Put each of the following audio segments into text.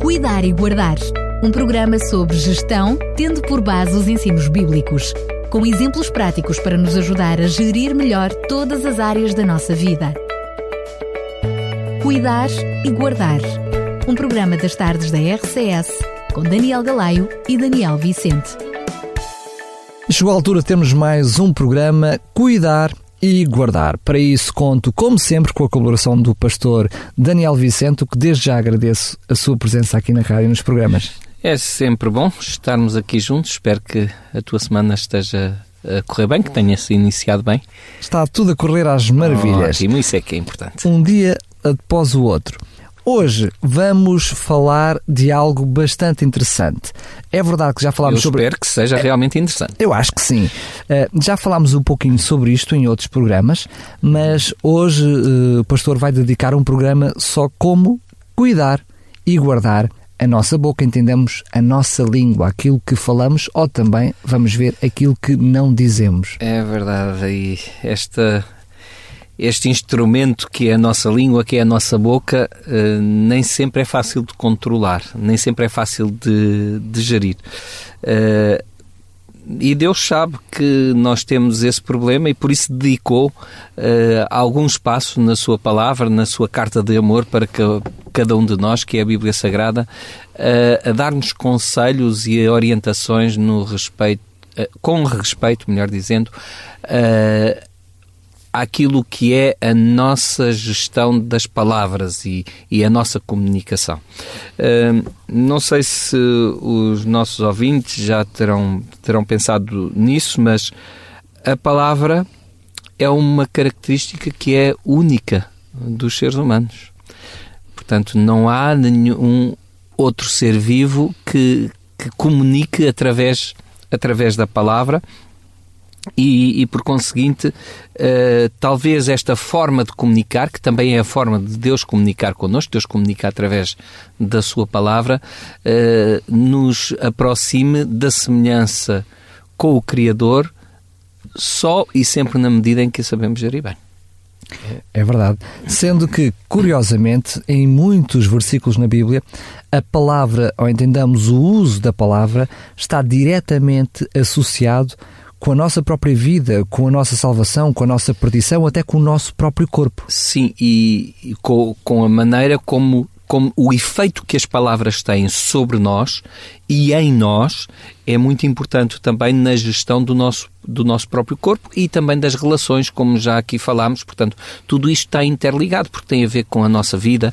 Cuidar e Guardar, um programa sobre gestão, tendo por base os ensinos bíblicos, com exemplos práticos para nos ajudar a gerir melhor todas as áreas da nossa vida. Cuidar e Guardar, um programa das tardes da RCS, com Daniel Galaio e Daniel Vicente. Chegou a altura de termos mais um programa Cuidar e Guardar. Para isso conto, como sempre, com a colaboração do pastor Daniel Vicente, que desde já agradeço a sua presença aqui na rádio nos programas. É sempre bom estarmos aqui juntos. Espero que a tua semana esteja a correr bem, que tenha-se iniciado bem. Está tudo a correr às maravilhas. Ótimo, isso é que é importante. Um dia após o outro. Hoje vamos falar de algo bastante interessante. É verdade que já falámos sobre... Eu espero que seja realmente interessante. Eu acho que sim. Já falámos um pouquinho sobre isto em outros programas, mas hoje o pastor vai dedicar um programa só como cuidar e guardar a nossa boca, entendemos a nossa língua, aquilo que falamos, ou também vamos ver aquilo que não dizemos. É verdade. E este instrumento que é a nossa língua, que é a nossa boca, nem sempre é fácil de controlar, nem sempre é fácil de gerir. E Deus sabe que nós temos esse problema e por isso dedicou algum espaço na sua palavra, na sua carta de amor para que cada um de nós, que é a Bíblia Sagrada, a dar-nos conselhos e orientações no respeito, com respeito, melhor dizendo, àquilo que é a nossa gestão das palavras e a nossa comunicação. Não sei se os nossos ouvintes já terão pensado nisso, mas a palavra é uma característica que é única dos seres humanos. Portanto, não há nenhum outro ser vivo que comunique através da palavra. E por conseguinte, talvez esta forma de comunicar, que também é a forma de Deus comunicar connosco, Deus comunica através da sua palavra, nos aproxime da semelhança com o Criador, só e sempre na medida em que a sabemos gerir bem. É verdade. Sendo que, curiosamente, em muitos versículos na Bíblia, a palavra, ou entendamos o uso da palavra, está diretamente associado com a nossa própria vida, com a nossa salvação, com a nossa perdição, até com o nosso próprio corpo. Sim, e com a maneira como o efeito que as palavras têm sobre nós e em nós é muito importante também na gestão do nosso próprio corpo e também das relações, como já aqui falámos. Portanto, tudo isto está interligado porque tem a ver com a nossa vida.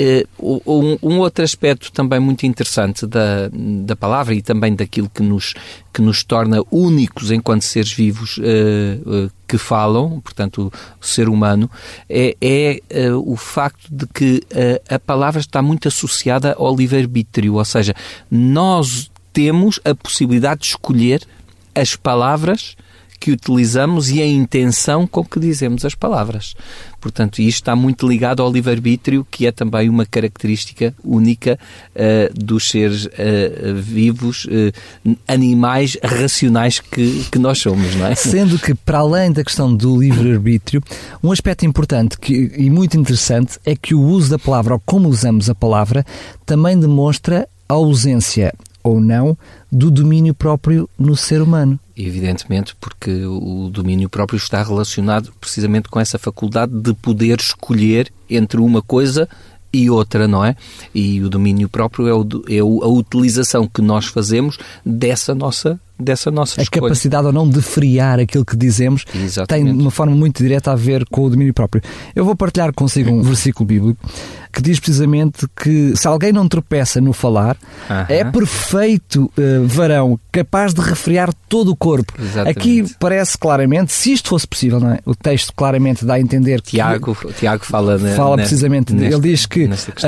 Um outro aspecto também muito interessante da palavra e também daquilo que nos torna únicos enquanto seres vivos que falam, portanto, o ser humano, é o facto de que a palavra está muito associada ao livre-arbítrio, ou seja, nós temos a possibilidade de escolher as palavras que utilizamos e a intenção com que dizemos as palavras. Portanto, isto está muito ligado ao livre-arbítrio, que é também uma característica única dos seres vivos, animais racionais que nós somos, não é? Sendo que, para além da questão do livre-arbítrio, um aspecto importante e muito interessante é que o uso da palavra, ou como usamos a palavra, também demonstra a ausência ou não do domínio próprio no ser humano. Evidentemente, porque o domínio próprio está relacionado precisamente com essa faculdade de poder escolher entre uma coisa e outra, não é? E o domínio próprio é a utilização que nós fazemos dessa nossa escolha. A capacidade ou não de friar aquilo que dizemos. Exatamente. Tem de uma forma muito direta a ver com o domínio próprio. Eu vou partilhar consigo um versículo bíblico que diz precisamente que se alguém não tropeça no falar, é perfeito varão, capaz de refriar todo o corpo. Exatamente. Aqui parece claramente, se isto fosse possível, não é? O texto claramente dá a entender que... Tiago fala precisamente, ele diz que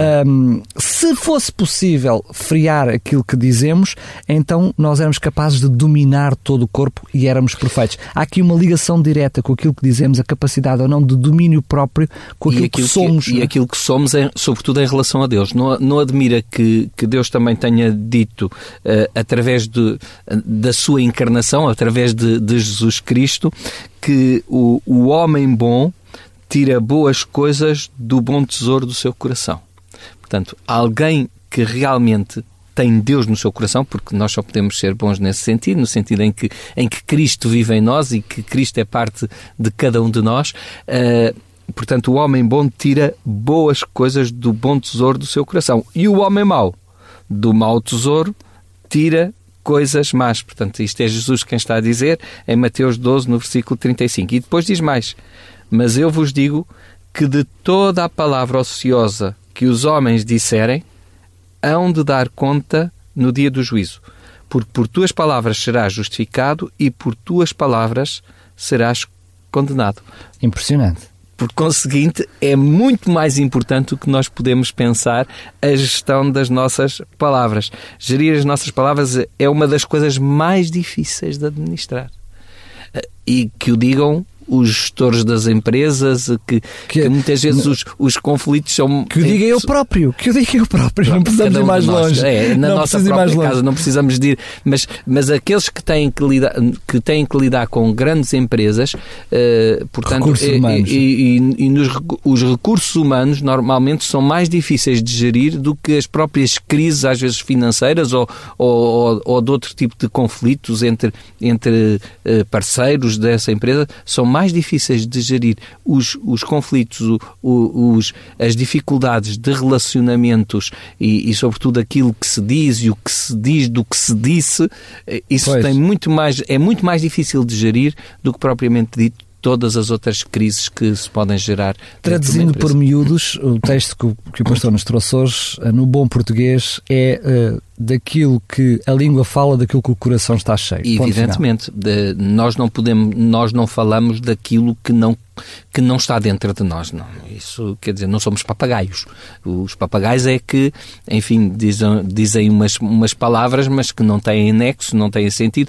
se fosse possível friar aquilo que dizemos, então nós éramos capazes de dominar todo o corpo e éramos perfeitos. Há aqui uma ligação direta com aquilo que dizemos, a capacidade ou não de domínio próprio com aquilo que somos. E aquilo que somos, sobretudo em relação a Deus. Não admira que Deus também tenha dito, através da sua encarnação, através de Jesus Cristo, que o homem bom tira boas coisas do bom tesouro do seu coração. Portanto, alguém que realmente tem Deus no seu coração, porque nós só podemos ser bons nesse sentido, no sentido em que Cristo vive em nós e que Cristo é parte de cada um de nós. Portanto, o homem bom tira boas coisas do bom tesouro do seu coração. E o homem mau, do mau tesouro, tira coisas más. Portanto, isto é Jesus quem está a dizer em Mateus 12, no versículo 35. E depois diz mais: mas eu vos digo que de toda a palavra ociosa que os homens disserem, hão de dar conta no dia do juízo. Porque por tuas palavras serás justificado e por tuas palavras serás condenado. Impressionante. Por conseguinte, é muito mais importante o que nós podemos pensar a gestão das nossas palavras. Gerir as nossas palavras é uma das coisas mais difíceis de administrar. E que o digam os gestores das empresas, que muitas vezes os conflitos são... Que o diga eu próprio, não precisamos ir mais longe. Na nossa própria casa, não precisamos de ir, mas aqueles que têm que lidar com grandes empresas, portanto, os recursos humanos normalmente são mais difíceis de gerir do que as próprias crises, às vezes financeiras ou de outro tipo de conflitos entre parceiros dessa empresa, são mais difíceis de gerir os conflitos, as dificuldades de relacionamentos e sobretudo aquilo que se diz e o que se diz do que se disse. Isso é muito mais difícil de gerir do que propriamente dito todas as outras crises que se podem gerar. Traduzindo por miúdos, o texto que o pastor nos trouxe hoje, no bom português, é daquilo que a língua fala, daquilo que o coração está cheio. Evidentemente, nós não falamos daquilo que não está dentro de nós. Não. Isso quer dizer, não somos papagaios. Os papagaios é que, enfim, dizem umas palavras, mas que não têm nexo, não têm sentido,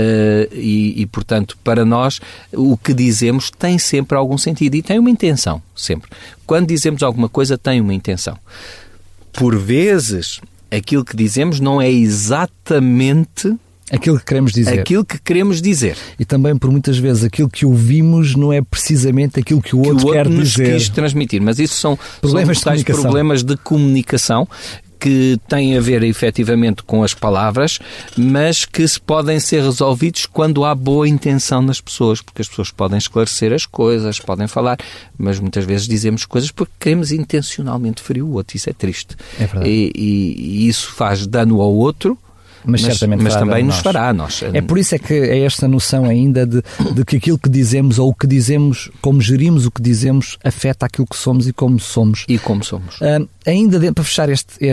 e, portanto, para nós, o que dizemos tem sempre algum sentido e tem uma intenção, sempre. Quando dizemos alguma coisa, tem uma intenção. Por vezes, aquilo que dizemos não é exatamente aquilo que queremos dizer. E também, por muitas vezes, aquilo que ouvimos não é precisamente aquilo que o outro quer dizer. Quis transmitir. Mas isso são problemas de comunicação que têm a ver, efetivamente, com as palavras, mas que podem ser resolvidos quando há boa intenção nas pessoas, porque as pessoas podem esclarecer as coisas, podem falar, mas muitas vezes dizemos coisas porque queremos intencionalmente ferir o outro. Isso é triste. É verdade. E isso faz dano ao outro, mas também nos fará a nós. É por isso é que é esta noção ainda de que aquilo que dizemos, ou o que dizemos, como gerimos o que dizemos, afeta aquilo que somos e como somos. Ainda para fechar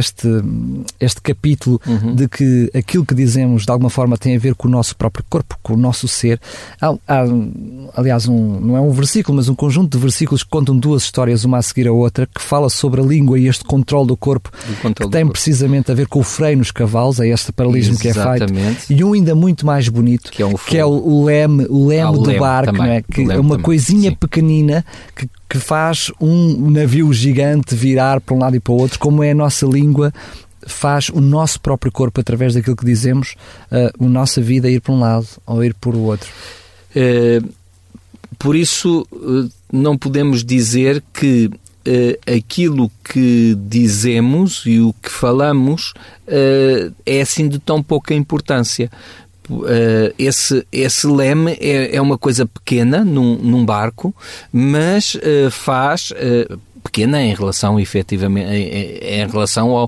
este capítulo de que aquilo que dizemos de alguma forma tem a ver com o nosso próprio corpo, com o nosso ser. Aliás, não é um versículo, mas um conjunto de versículos que contam duas histórias, uma a seguir a outra, que fala sobre a língua e este controle do corpo, que tem precisamente a ver com o freio nos cavalos, é este paralelismo que é feito. E um ainda muito mais bonito, que é o leme do barco, não é? Que é uma coisinha pequenina que faz um navio gigante virar para um lado e para o outro, como é a nossa língua, faz o nosso próprio corpo, através daquilo que dizemos, a nossa vida ir para um lado ou ir para o outro. Por isso, não podemos dizer que aquilo que dizemos e o que falamos é assim de tão pouca importância. Esse leme é uma coisa pequena num barco, mas faz pequena em relação, efetivamente, em relação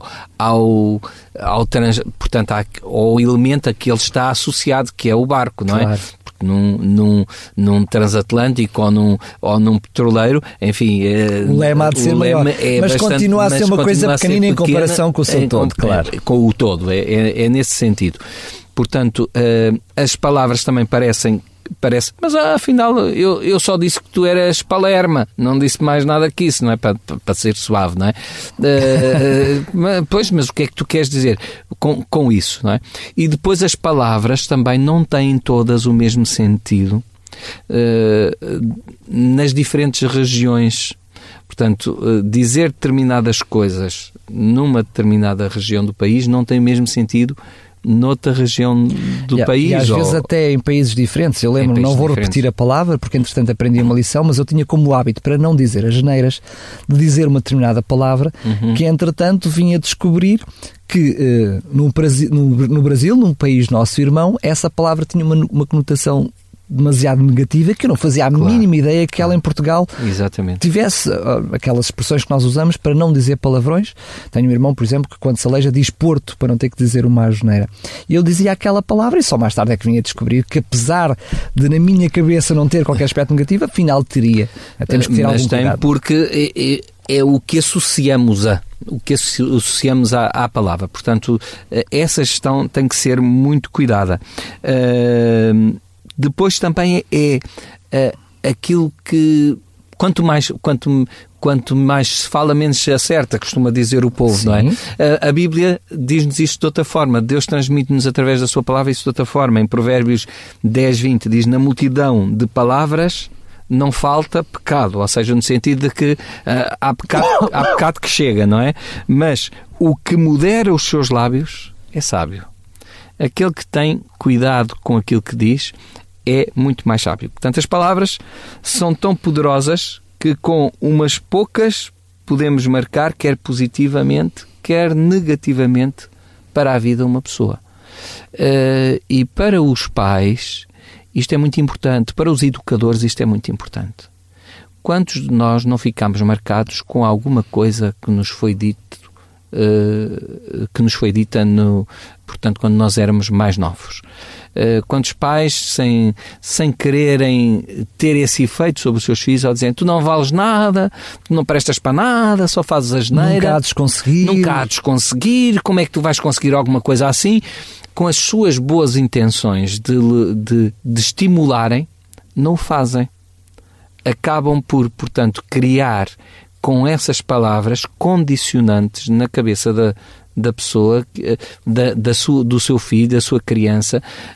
ao elemento a que ele está associado, que é o barco, não é? Porque num transatlântico ou num petroleiro, enfim, o leme há de ser maior, mas continua a ser uma coisa pequenina em comparação com o seu todo, claro. Com o todo, é nesse sentido. Portanto, as palavras também parecem, mas afinal eu só disse que tu eras palerma, não disse mais nada que isso, não é? Para ser suave, não é? Pois, mas o que é que tu queres dizer com isso, não é? E depois as palavras também não têm todas o mesmo sentido nas diferentes regiões. Portanto, dizer determinadas coisas numa determinada região do país não tem o mesmo sentido noutra região do país. E às vezes até em países diferentes. Eu lembro, não vou repetir a palavra, porque entretanto aprendi uma lição, mas eu tinha como hábito, para não dizer as neiras, de dizer uma determinada palavra, que entretanto vinha descobrir que no Brasil, num país nosso irmão, essa palavra tinha uma conotação demasiado negativa, que eu não fazia a mínima ideia que ela em Portugal tivesse aquelas expressões que nós usamos para não dizer palavrões. Tenho um irmão, por exemplo, que quando se aleija diz Porto, para não ter que dizer uma asneira. E eu dizia aquela palavra e só mais tarde é que vinha a descobrir que, apesar de na minha cabeça não ter qualquer aspecto negativo, afinal teria. Temos que ter algum cuidado. Porque é o que associamos à palavra. Portanto, essa gestão tem que ser muito cuidada. Depois também é aquilo que quanto mais se fala, menos se acerta, costuma dizer o povo. Sim. Não é? A Bíblia diz-nos isto de outra forma. Deus transmite-nos através da sua palavra isso de outra forma. Em Provérbios 10:20 diz: na multidão de palavras não falta pecado, ou seja, no sentido de que há pecado que chega, não é? Mas o que modera os seus lábios é sábio. Aquele que tem cuidado com aquilo que diz é muito mais sábio. Portanto, as palavras são tão poderosas que com umas poucas podemos marcar, quer positivamente, quer negativamente, para a vida de uma pessoa. E para os pais, isto é muito importante. Para os educadores, isto é muito importante. Quantos de nós não ficamos marcados com alguma coisa que nos foi dita portanto, quando nós éramos mais novos? Quantos pais, sem quererem ter esse efeito sobre os seus filhos, ou dizem: tu não vales nada, tu não prestas para nada, só fazes asneira, nunca há de conseguir, como é que tu vais conseguir alguma coisa assim? Com as suas boas intenções de estimularem, não o fazem. Acabam por, portanto, criar com essas palavras condicionantes na cabeça da pessoa, do seu filho, da sua criança,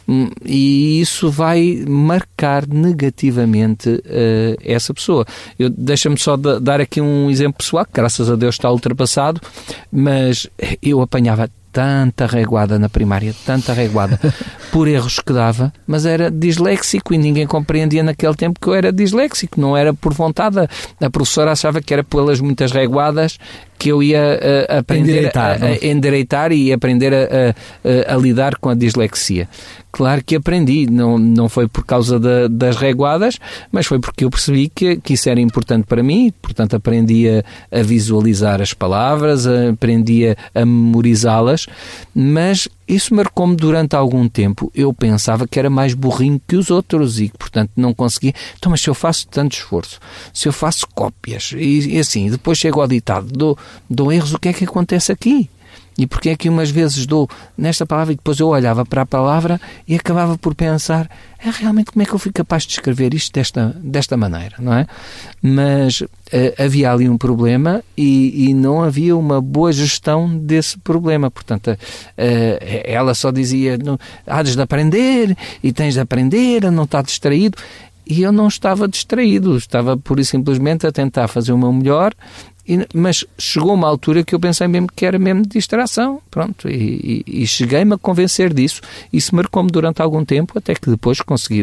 e isso vai marcar negativamente essa pessoa. Deixa-me só dar aqui um exemplo pessoal, que graças a Deus está ultrapassado, mas eu apanhava tanta reguada na primária, tanta reguada, por erros que dava, mas era disléxico e ninguém compreendia naquele tempo que eu era disléxico, não era por vontade. A professora achava que era pelas muitas reguadas que eu ia aprender a endireitar e aprender a lidar com a dislexia. Claro que aprendi, não foi por causa das reguadas, mas foi porque eu percebi que isso era importante para mim, portanto aprendi a visualizar as palavras, aprendi a memorizá-las, mas isso marcou-me durante algum tempo. Eu pensava que era mais burrinho que os outros e que, portanto, não conseguia. Então, mas se eu faço tanto esforço, se eu faço cópias e assim, depois chego ao ditado, dou erros, o que é que acontece aqui? E porque é que umas vezes dou nesta palavra e depois eu olhava para a palavra e acabava por pensar: realmente como é que eu fui capaz de escrever isto desta maneira, não é? Mas havia ali um problema e não havia uma boa gestão desse problema. Portanto, ela só dizia: hás de aprender e tens de aprender a não estar distraído. E eu não estava distraído, estava pura e simplesmente a tentar fazer o meu melhor. Mas chegou uma altura que eu pensei mesmo que era mesmo distração, pronto, e cheguei-me a convencer disso. Isso marcou-me durante algum tempo, até que depois consegui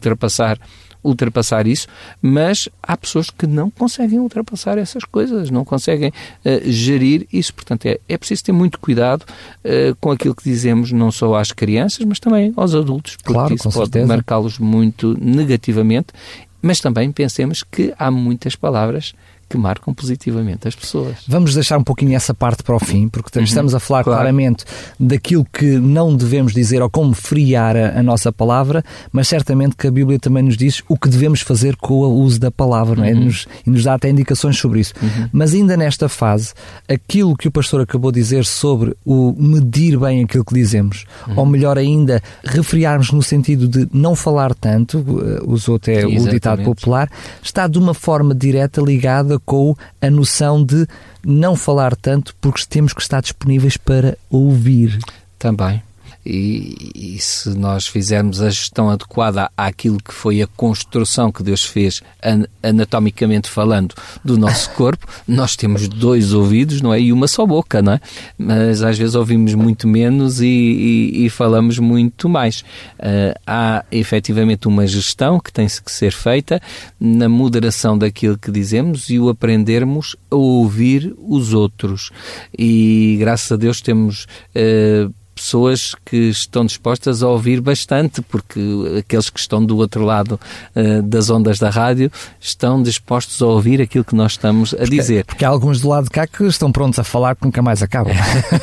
ultrapassar isso, mas há pessoas que não conseguem ultrapassar essas coisas, não conseguem gerir isso. Portanto, é preciso ter muito cuidado com aquilo que dizemos, não só às crianças, mas também aos adultos, porque claro, isso pode marcá-los muito negativamente. Mas também pensemos que há muitas palavras que marcam positivamente as pessoas. Vamos deixar um pouquinho essa parte para o fim, porque estamos a falar claramente daquilo que não devemos dizer ou como friar a nossa palavra, mas certamente que a Bíblia também nos diz o que devemos fazer com o uso da palavra, não é? E nos dá até indicações sobre isso. Mas ainda nesta fase, aquilo que o pastor acabou de dizer sobre o medir bem aquilo que dizemos, ou melhor ainda, refriarmos no sentido de não falar tanto, usou até o ditado popular, está de uma forma direta ligada com a noção de não falar tanto porque temos que estar disponíveis para ouvir. Também. E se nós fizermos a gestão adequada àquilo que foi a construção que Deus fez, anatomicamente falando, do nosso corpo, nós temos 2 ouvidos, não é? E uma só boca, não é? Mas às vezes ouvimos muito menos e falamos muito mais. Há efetivamente uma gestão que tem que ser feita na moderação daquilo que dizemos e o aprendermos a ouvir os outros. E graças a Deus temos pessoas que estão dispostas a ouvir bastante, porque aqueles que estão do outro lado das ondas da rádio estão dispostos a ouvir aquilo que nós estamos a dizer. Porque há alguns do lado de cá que estão prontos a falar que nunca mais acabam.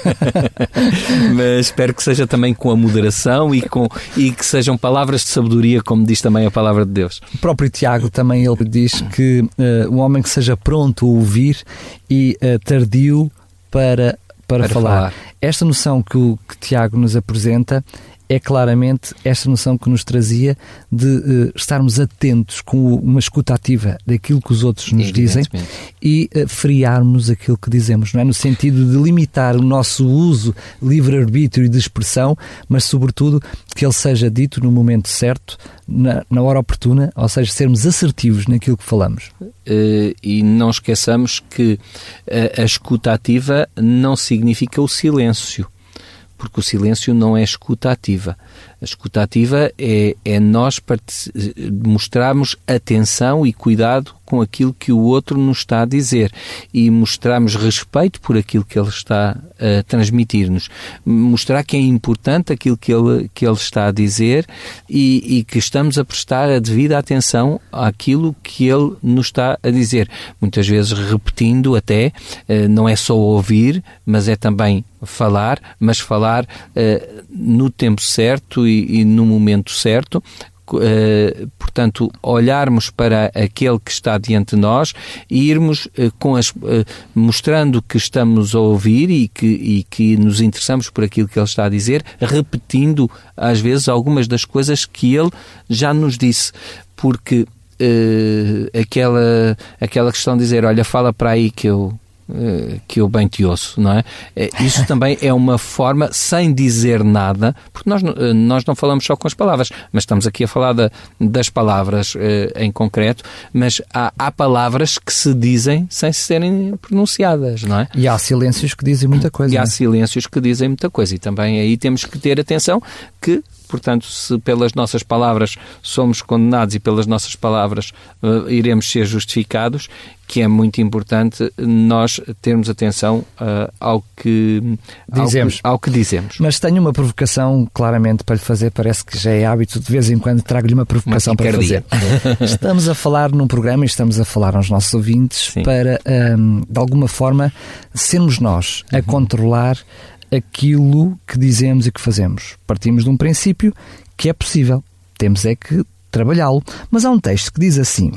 Mas espero que seja também com a moderação e que sejam palavras de sabedoria, como diz também a palavra de Deus. O próprio Tiago também ele diz que um homem que seja pronto a ouvir e tardio para falar. Esta noção que Tiago nos apresenta é claramente esta noção que nos trazia de estarmos atentos com uma escuta ativa daquilo que os outros nos dizem e frearmos aquilo que dizemos, não é? No sentido de limitar o nosso uso, livre-arbítrio e de expressão, mas sobretudo que ele seja dito no momento certo, na hora oportuna, ou seja, sermos assertivos naquilo que falamos. E não esqueçamos que a escuta ativa não significa o silêncio, porque o silêncio não é escuta ativa. A escuta ativa é nós mostrarmos atenção e cuidado com aquilo que o outro nos está a dizer e mostrarmos respeito por aquilo que ele está a transmitir-nos. Mostrar que é importante aquilo que ele está a dizer e que estamos a prestar a devida atenção àquilo que ele nos está a dizer. Muitas vezes repetindo até, não é só ouvir, mas é também falar, mas falar no tempo certo e no momento certo. Portanto, olharmos para aquele que está diante de nós e irmos mostrando que estamos a ouvir e que nos interessamos por aquilo que ele está a dizer, repetindo às vezes algumas das coisas que ele já nos disse, porque aquela questão de dizer, olha, fala para aí que eu bem te ouço, não é? Isso também é uma forma, sem dizer nada, porque nós não falamos só com as palavras, mas estamos aqui a falar das palavras em concreto, mas há palavras que se dizem sem serem pronunciadas, não é? E há silêncios que dizem muita coisa. E há silêncios que dizem muita coisa, e também aí temos que ter atenção que, portanto, se pelas nossas palavras somos condenados e pelas nossas palavras iremos ser justificados, que é muito importante nós termos atenção ao que dizemos. Mas tenho uma provocação claramente para lhe fazer, parece que já é hábito, de vez em quando trago-lhe uma provocação para fazer. Estamos a falar num programa e estamos a falar aos nossos ouvintes para, de alguma forma, sermos nós a controlar aquilo que dizemos e que fazemos. Partimos de um princípio que é possível, temos é que trabalhá-lo. Mas há um texto que diz assim: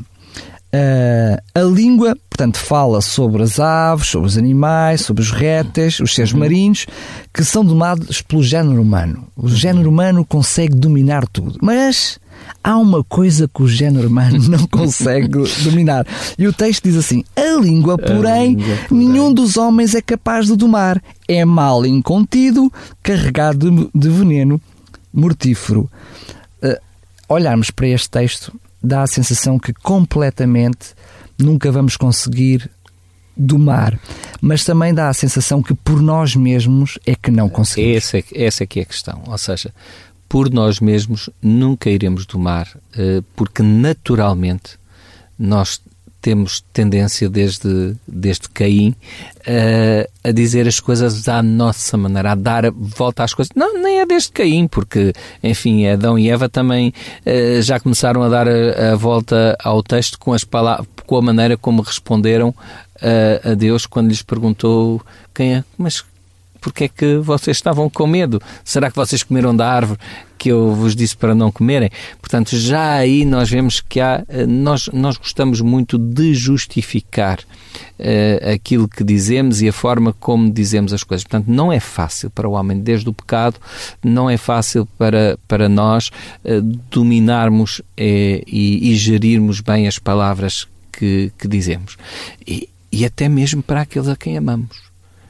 a língua, portanto, fala sobre as aves, sobre os animais, sobre os répteis, os seres marinhos, que são dominados pelo género humano. O género humano consegue dominar tudo, mas há uma coisa que o género humano não consegue dominar. E o texto diz assim: a língua, porém, nenhum dos homens é capaz de domar. É mal incontido, carregado de veneno mortífero. Olharmos para este texto dá a sensação que completamente nunca vamos conseguir domar. Mas também dá a sensação que por nós mesmos é que não conseguimos. Essa é que é a questão. Ou seja, por nós mesmos nunca iremos domar, porque naturalmente nós temos tendência desde Caim a dizer as coisas à nossa maneira, a dar volta às coisas. Não, nem é desde Caim, porque, enfim, Adão e Eva também já começaram a dar a volta ao texto com as palavras, com a maneira como responderam a Deus quando lhes perguntou mas porque é que vocês estavam com medo? Será que vocês comeram da árvore que eu vos disse para não comerem? Portanto, já aí nós vemos que nós gostamos muito de justificar aquilo que dizemos e a forma como dizemos as coisas. Portanto, não é fácil para o homem, desde o pecado, não é fácil para nós dominarmos e gerirmos bem as palavras que dizemos. E até mesmo para aqueles a quem amamos.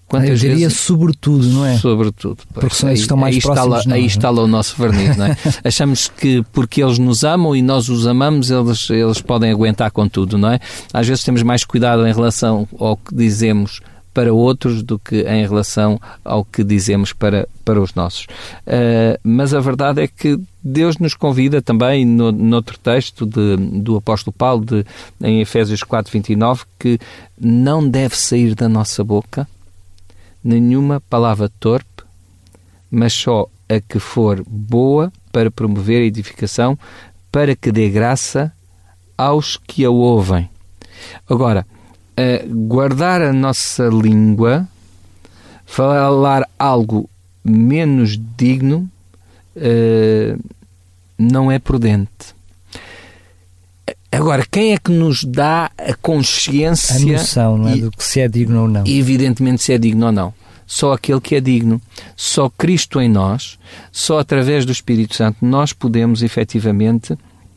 Eu diria sobretudo, não é? Sobretudo. Porque são esses que estão mais próximos. Aí está lá o nosso verniz, não é? Achamos que porque eles nos amam e nós os amamos, eles podem aguentar com tudo, não é? Às vezes temos mais cuidado em relação ao que dizemos para outros do que em relação ao que dizemos para os nossos. Mas a verdade é que Deus nos convida também, noutro texto do apóstolo Paulo, em Efésios 4:29, que não deve sair da nossa boca nenhuma palavra torpe, mas só a que for boa para promover a edificação, para que dê graça aos que a ouvem. Agora, guardar a nossa língua, falar algo menos digno, não é prudente. Agora, quem é que nos dá a consciência... A noção, não é? Do que se é digno ou não. Evidentemente, se é digno ou não. Só aquele que é digno. Só Cristo em nós, só através do Espírito Santo, nós podemos, efetivamente,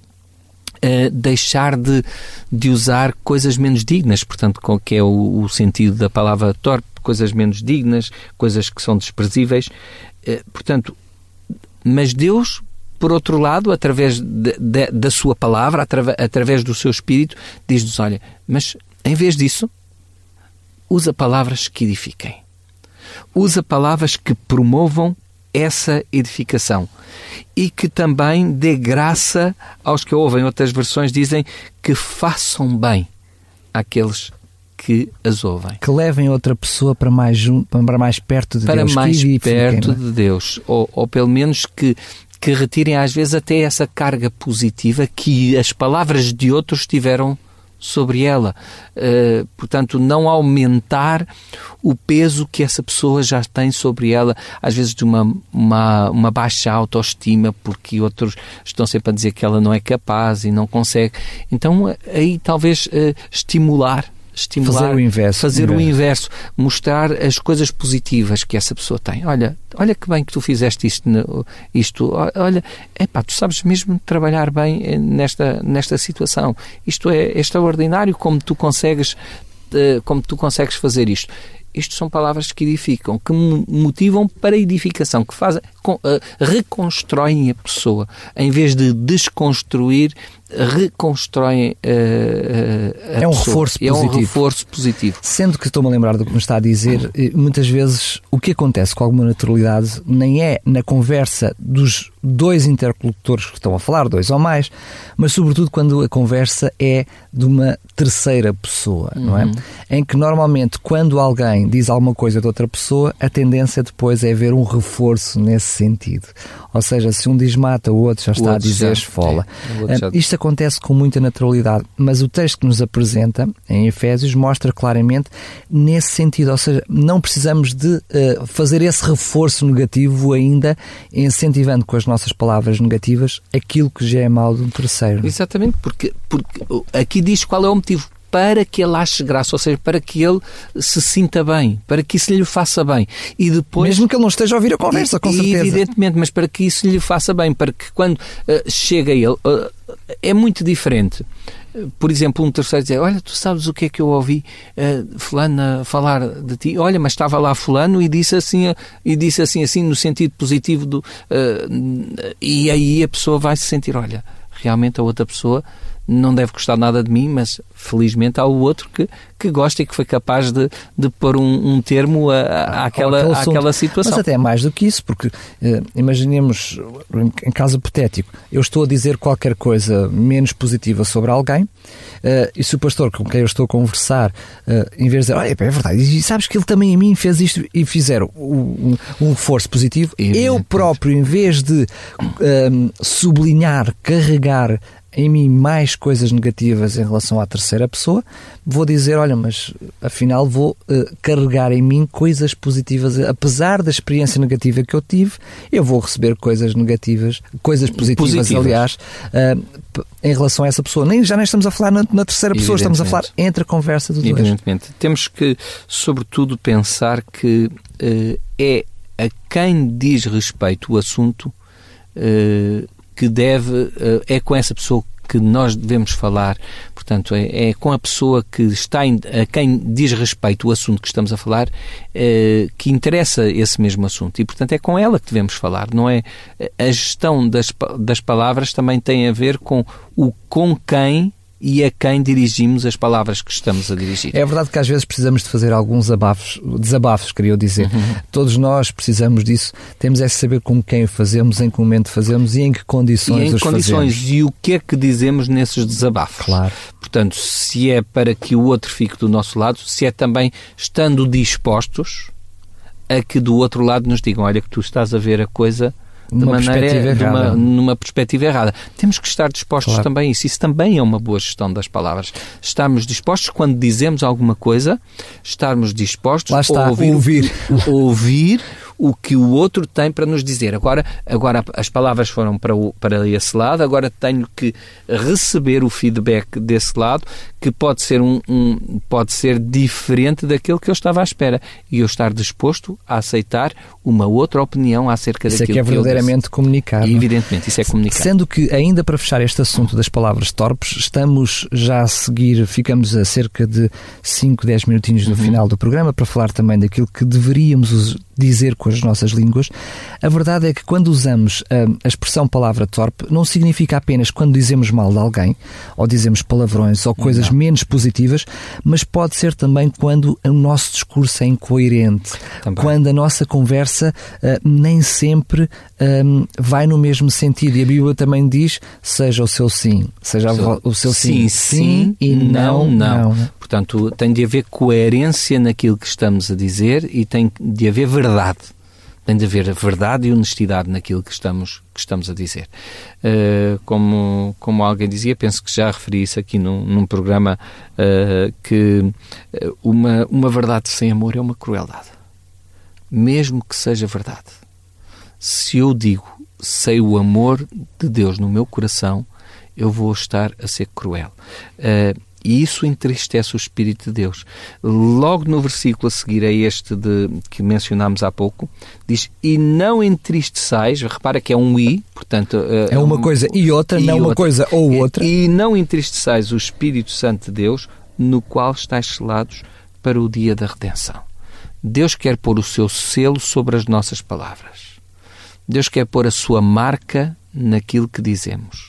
deixar de usar coisas menos dignas. Portanto, que é o sentido da palavra torpe, coisas menos dignas, coisas que são desprezíveis. Portanto, mas Deus... Por outro lado, através da sua palavra, através do seu Espírito, diz-nos, olha, mas em vez disso, usa palavras que edifiquem. Usa palavras que promovam essa edificação e que também dê graça aos que ouvem. Outras versões dizem que façam bem àqueles que as ouvem. Que levem outra pessoa para mais perto de Deus. Para mais perto de Deus. Ou pelo menos que retirem às vezes até essa carga positiva que as palavras de outros tiveram sobre ela. Portanto, não aumentar o peso que essa pessoa já tem sobre ela, às vezes de uma baixa autoestima, porque outros estão sempre a dizer que ela não é capaz e não consegue. Então, aí talvez estimular, fazer o inverso, mostrar as coisas positivas que essa pessoa tem. Olha que bem que tu fizeste isto, olha, tu sabes mesmo trabalhar bem nesta situação. Isto é extraordinário como tu consegues fazer isto. Isto são palavras que edificam, que motivam para a edificação, que reconstroem a pessoa. Em vez de desconstruir, reconstroem a pessoa. É um reforço positivo. Sendo que estou-me a lembrar do que me está a dizer, muitas vezes o que acontece com alguma naturalidade nem é na conversa dos dois interlocutores que estão a falar, dois ou mais, mas sobretudo quando a conversa é de uma terceira pessoa, não é? Em que normalmente quando alguém diz alguma coisa de outra pessoa, a tendência depois é haver um reforço nesse sentido. Ou seja, se um diz mata, o outro já está a dizer esfola. Isto acontece com muita naturalidade, mas o texto que nos apresenta em Efésios mostra claramente nesse sentido. Ou seja, não precisamos de fazer esse reforço negativo ainda, incentivando com as nossas palavras negativas aquilo que já é mau de um terceiro. Exatamente, porque aqui diz qual é o motivo. Para que ele ache graça, ou seja, para que ele se sinta bem, para que isso lhe faça bem. E depois, mesmo que ele não esteja a ouvir a conversa, com certeza. Evidentemente, mas para que isso lhe faça bem, para que quando chega ele, é muito diferente. Por exemplo, um terceiro dizer, olha, tu sabes o que é que eu ouvi fulano falar de ti? Olha, mas estava lá fulano e disse assim, no sentido positivo e aí a pessoa vai se sentir, olha, realmente a outra pessoa não deve gostar nada de mim, mas felizmente há o outro que gosta e que foi capaz de pôr um termo àquela situação. Mas até mais do que isso, porque imaginemos, em caso hipotético, eu estou a dizer qualquer coisa menos positiva sobre alguém, e se o pastor com quem eu estou a conversar, em vez de dizer, olha, é verdade, e sabes que ele também a mim fez isto, e fizeram um reforço positivo, eu próprio, em vez de sublinhar, carregar em mim mais coisas negativas em relação à terceira pessoa, vou dizer, olha, mas afinal vou carregar em mim coisas positivas. Apesar da experiência negativa que eu tive, eu vou receber coisas negativas, coisas positivas. Aliás, em relação a essa pessoa. Já nem estamos a falar na terceira pessoa, estamos a falar entre a conversa dos dois. Evidentemente. Temos que, sobretudo, pensar que é a quem diz respeito o assunto que é com essa pessoa que nós devemos falar. Portanto, é com a pessoa que está a quem diz respeito o assunto que estamos a falar, que interessa esse mesmo assunto. E, portanto, é com ela que devemos falar. Não é? A gestão das palavras também tem a ver com quem e a quem dirigimos as palavras que estamos a dirigir. É verdade que às vezes precisamos de fazer alguns desabafos, queria dizer. Todos nós precisamos disso. Temos é saber com quem o fazemos, em que momento fazemos e em que condições os fazemos. E o que é que dizemos nesses desabafos. Claro. Portanto, se é para que o outro fique do nosso lado, se é também estando dispostos a que do outro lado nos digam, olha que tu estás a ver a coisa numa perspectiva errada. Temos que estar dispostos também a isso. Isso também é uma boa gestão das palavras. Estarmos dispostos, quando dizemos alguma coisa, estarmos dispostos a ouvir o que o outro tem para nos dizer. Agora as palavras foram para esse lado, agora tenho que receber o feedback desse lado, que pode ser diferente daquele que eu estava à espera. E eu estar disposto a aceitar uma outra opinião acerca daquilo que eu disse. Isso é verdadeiramente comunicar. Evidentemente, isso é comunicar. Sendo que, ainda para fechar este assunto das palavras torpes, estamos já a seguir, ficamos a cerca de 5, 10 minutinhos do final do programa para falar também daquilo que deveríamos dizer com as nossas línguas. A verdade é que quando usamos a expressão palavra torpe, não significa apenas quando dizemos mal de alguém, ou dizemos palavrões, ou coisas menos positivas, mas pode ser também quando o nosso discurso é incoerente, quando a nossa conversa nem sempre vai no mesmo sentido. E a Bíblia também diz, seja o seu sim, seja o seu sim e não. Portanto, tem de haver coerência naquilo que estamos a dizer e tem de haver verdade. Tem de haver verdade e honestidade naquilo que estamos a dizer. Como alguém dizia, penso que já referi isso aqui num programa, que uma verdade sem amor é uma crueldade. Mesmo que seja verdade. Se eu digo, sei o amor de Deus no meu coração, eu vou estar a ser cruel. E isso entristece o Espírito de Deus. Logo no versículo a seguir a este que mencionámos há pouco, diz, e não entristeçais, repara que é um i, portanto... É uma coisa e outra, não uma coisa ou outra. E não entristeçais o Espírito Santo de Deus, no qual estáis selados para o dia da redenção. Deus quer pôr o seu selo sobre as nossas palavras. Deus quer pôr a sua marca naquilo que dizemos.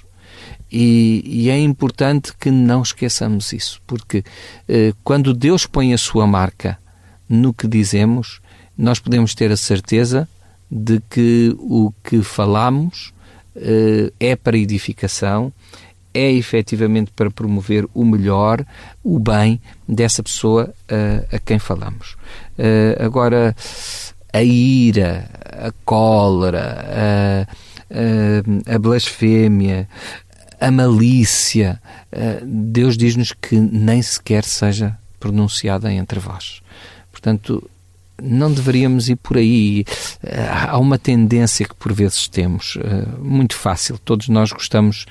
E é importante que não esqueçamos isso, porque quando Deus põe a sua marca no que dizemos, nós podemos ter a certeza de que o que falamos é para edificação, é efetivamente para promover o melhor, o bem dessa pessoa a quem falamos. Agora, a ira, a cólera, a blasfémia, a malícia, Deus diz-nos que nem sequer seja pronunciada entre vós. Portanto, não deveríamos ir por aí. Há uma tendência que por vezes temos, muito fácil. Todos nós gostamos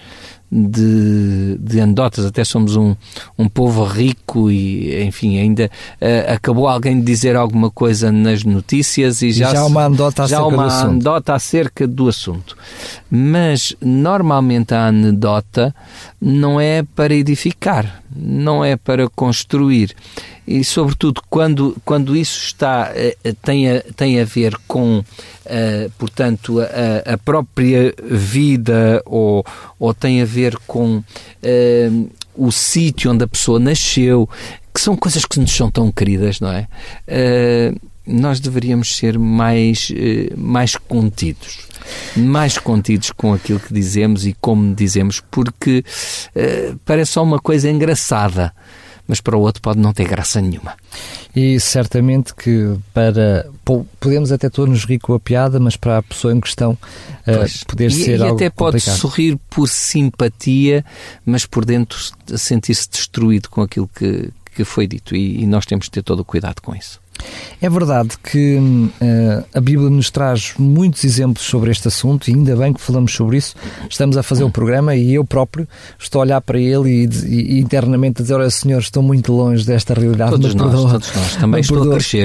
de anedotas, até somos um povo rico e, enfim, ainda acabou alguém de dizer alguma coisa nas notícias e já há uma anedota acerca do assunto. Mas, normalmente, a anedota não é para edificar, não é para construir. E, sobretudo, quando isso tem a ver com, portanto, a própria vida ou tem a ver com o sítio onde a pessoa nasceu, que são coisas que nos são tão queridas, não é? Nós deveríamos ser mais contidos. Mais contidos com aquilo que dizemos e como dizemos, porque parece só uma coisa engraçada, mas para o outro pode não ter graça nenhuma. E certamente que podemos até todos rir com a piada, mas para a pessoa em questão poder ser algo complicado. E até pode sorrir por simpatia, mas por dentro sentir-se destruído com aquilo que foi dito. E nós temos de ter todo o cuidado com isso. É verdade que a Bíblia nos traz muitos exemplos sobre este assunto e ainda bem que falamos sobre isso. Estamos a fazer o programa e eu próprio estou a olhar para ele e internamente a dizer: olha, Senhor, estou muito longe desta realidade. Todos nós. Também estou a crescer.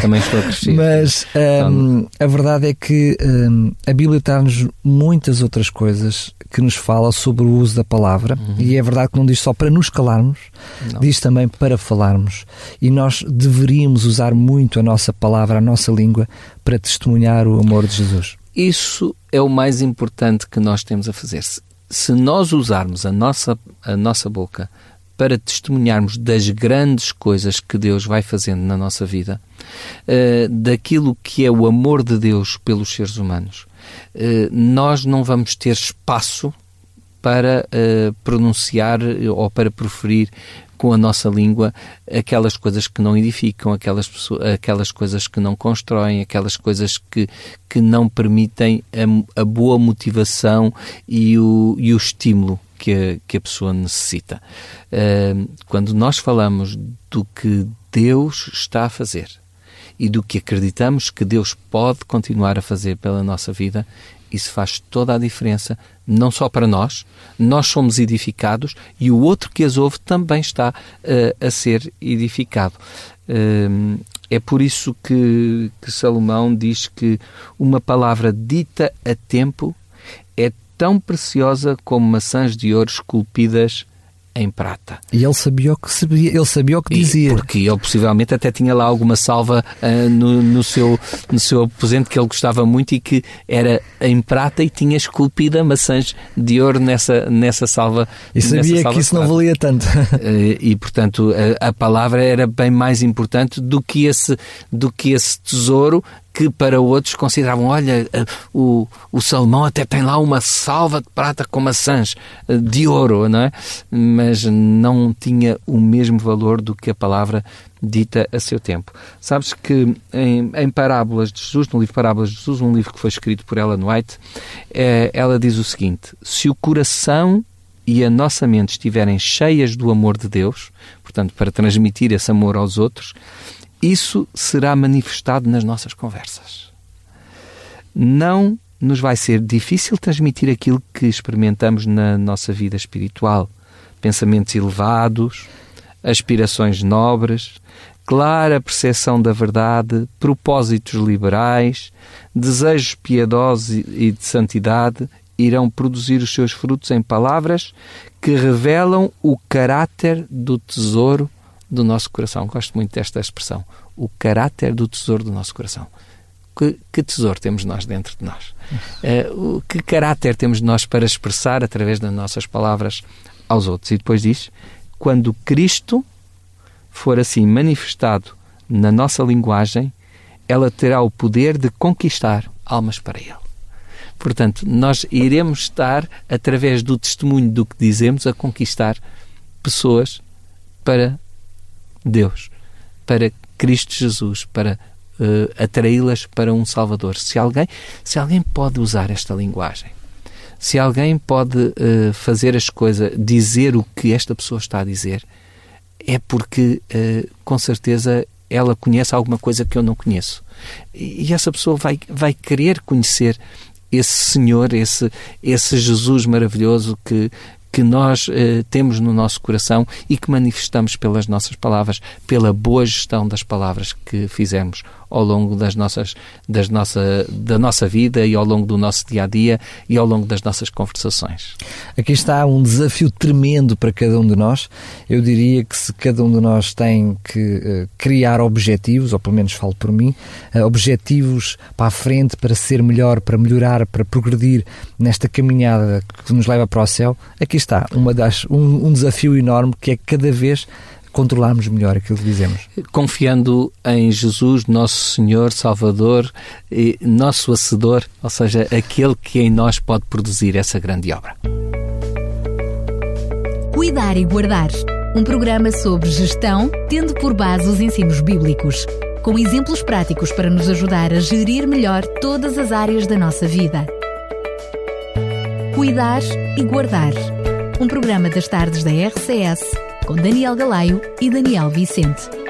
Mas a verdade é que a Bíblia traz-nos muitas outras coisas que nos fala sobre o uso da palavra, e é verdade que não diz só para nos calarmos, diz também para falarmos. E nós deveríamos usar muito a nossa palavra, a nossa língua, para testemunhar o amor de Jesus. Isso é o mais importante que nós temos a fazer. Se nós usarmos a nossa boca para testemunharmos das grandes coisas que Deus vai fazendo na nossa vida, daquilo que é o amor de Deus pelos seres humanos, nós não vamos ter espaço para pronunciar ou para proferir com a nossa língua aquelas coisas que não edificam, aquelas coisas que não constroem, aquelas coisas que não permitem a boa motivação e o estímulo que a pessoa necessita. Quando nós falamos do que Deus está a fazer e do que acreditamos que Deus pode continuar a fazer pela nossa vida, isso faz toda a diferença, não só para nós somos edificados e o outro que as ouve também está a ser edificado. É por isso que Salomão diz que uma palavra dita a tempo é tão preciosa como maçãs de ouro esculpidas em prata. E ele sabia o que dizia. Porque ele possivelmente até tinha lá alguma salva no seu aposento que ele gostava muito e que era em prata e tinha esculpida maçãs de ouro nessa salva. E sabia que isso não valia tanto. E portanto a palavra era bem mais importante do que esse tesouro que para outros consideravam: olha, o Salomão até tem lá uma salva de prata com maçãs de ouro, não é? Mas não tinha o mesmo valor do que a palavra dita a seu tempo. Sabes que em Parábolas de Jesus, no livro Parábolas de Jesus, um livro que foi escrito por Ellen White, ela diz o seguinte: se o coração e a nossa mente estiverem cheias do amor de Deus, portanto, para transmitir esse amor aos outros, isso será manifestado nas nossas conversas. Não nos vai ser difícil transmitir aquilo que experimentamos na nossa vida espiritual. Pensamentos elevados, aspirações nobres, clara percepção da verdade, propósitos liberais, desejos piedosos e de santidade irão produzir os seus frutos em palavras que revelam o caráter do tesouro do nosso coração. Gosto muito desta expressão. O caráter do tesouro do nosso coração. Que tesouro temos nós dentro de nós? Que caráter temos nós para expressar através das nossas palavras aos outros? E depois diz: quando Cristo for assim manifestado na nossa linguagem, ela terá o poder de conquistar almas para Ele. Portanto, nós iremos estar, através do testemunho do que dizemos, a conquistar pessoas para Deus, para Cristo Jesus, para atraí-las para um Salvador. Se alguém pode usar esta linguagem, se alguém pode fazer as coisas, dizer o que esta pessoa está a dizer, é porque, com certeza, ela conhece alguma coisa que eu não conheço. E essa pessoa vai querer conhecer esse Senhor, esse Jesus maravilhoso que nós temos no nosso coração e que manifestamos pelas nossas palavras, pela boa gestão das palavras que fizemos ao longo da nossa vida e ao longo do nosso dia-a-dia e ao longo das nossas conversações. Aqui está um desafio tremendo para cada um de nós. Eu diria que se cada um de nós tem que criar objetivos, ou pelo menos falo por mim, objetivos para a frente, para ser melhor, para melhorar, para progredir nesta caminhada que nos leva para o céu, aqui está um desafio enorme, que é cada vez controlarmos melhor aquilo que dizemos. Confiando em Jesus, nosso Senhor, Salvador, e nosso Hacedor, ou seja, aquele que em nós pode produzir essa grande obra. Cuidar e Guardar. Um programa sobre gestão, tendo por base os ensinos bíblicos, com exemplos práticos para nos ajudar a gerir melhor todas as áreas da nossa vida. Cuidar e Guardar. Um programa das tardes da RCS, com Daniel Galaio e Daniel Vicente.